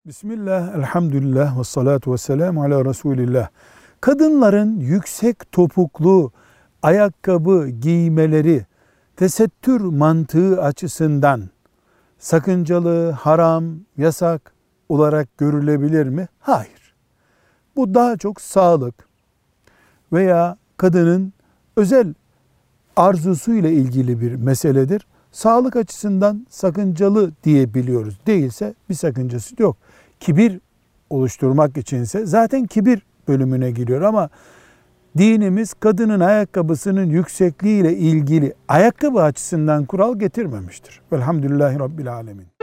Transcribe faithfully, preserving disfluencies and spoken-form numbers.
Bismillah, elhamdülillah ve salatu ve selamu ala Resulillah. Kadınların yüksek topuklu ayakkabı giymeleri tesettür mantığı açısından sakıncalı, haram, yasak olarak görülebilir mi? Hayır. Bu daha çok sağlık veya kadının özel arzusuyla ilgili bir meseledir. Sağlık açısından sakıncalı diyebiliyoruz. Değilse bir sakıncası yok. Kibir oluşturmak içinse zaten kibir bölümüne giriyor ama dinimiz kadının ayakkabısının yüksekliğiyle ilgili ayakkabı açısından kural getirmemiştir. Velhamdülillahi Rabbil Alemin.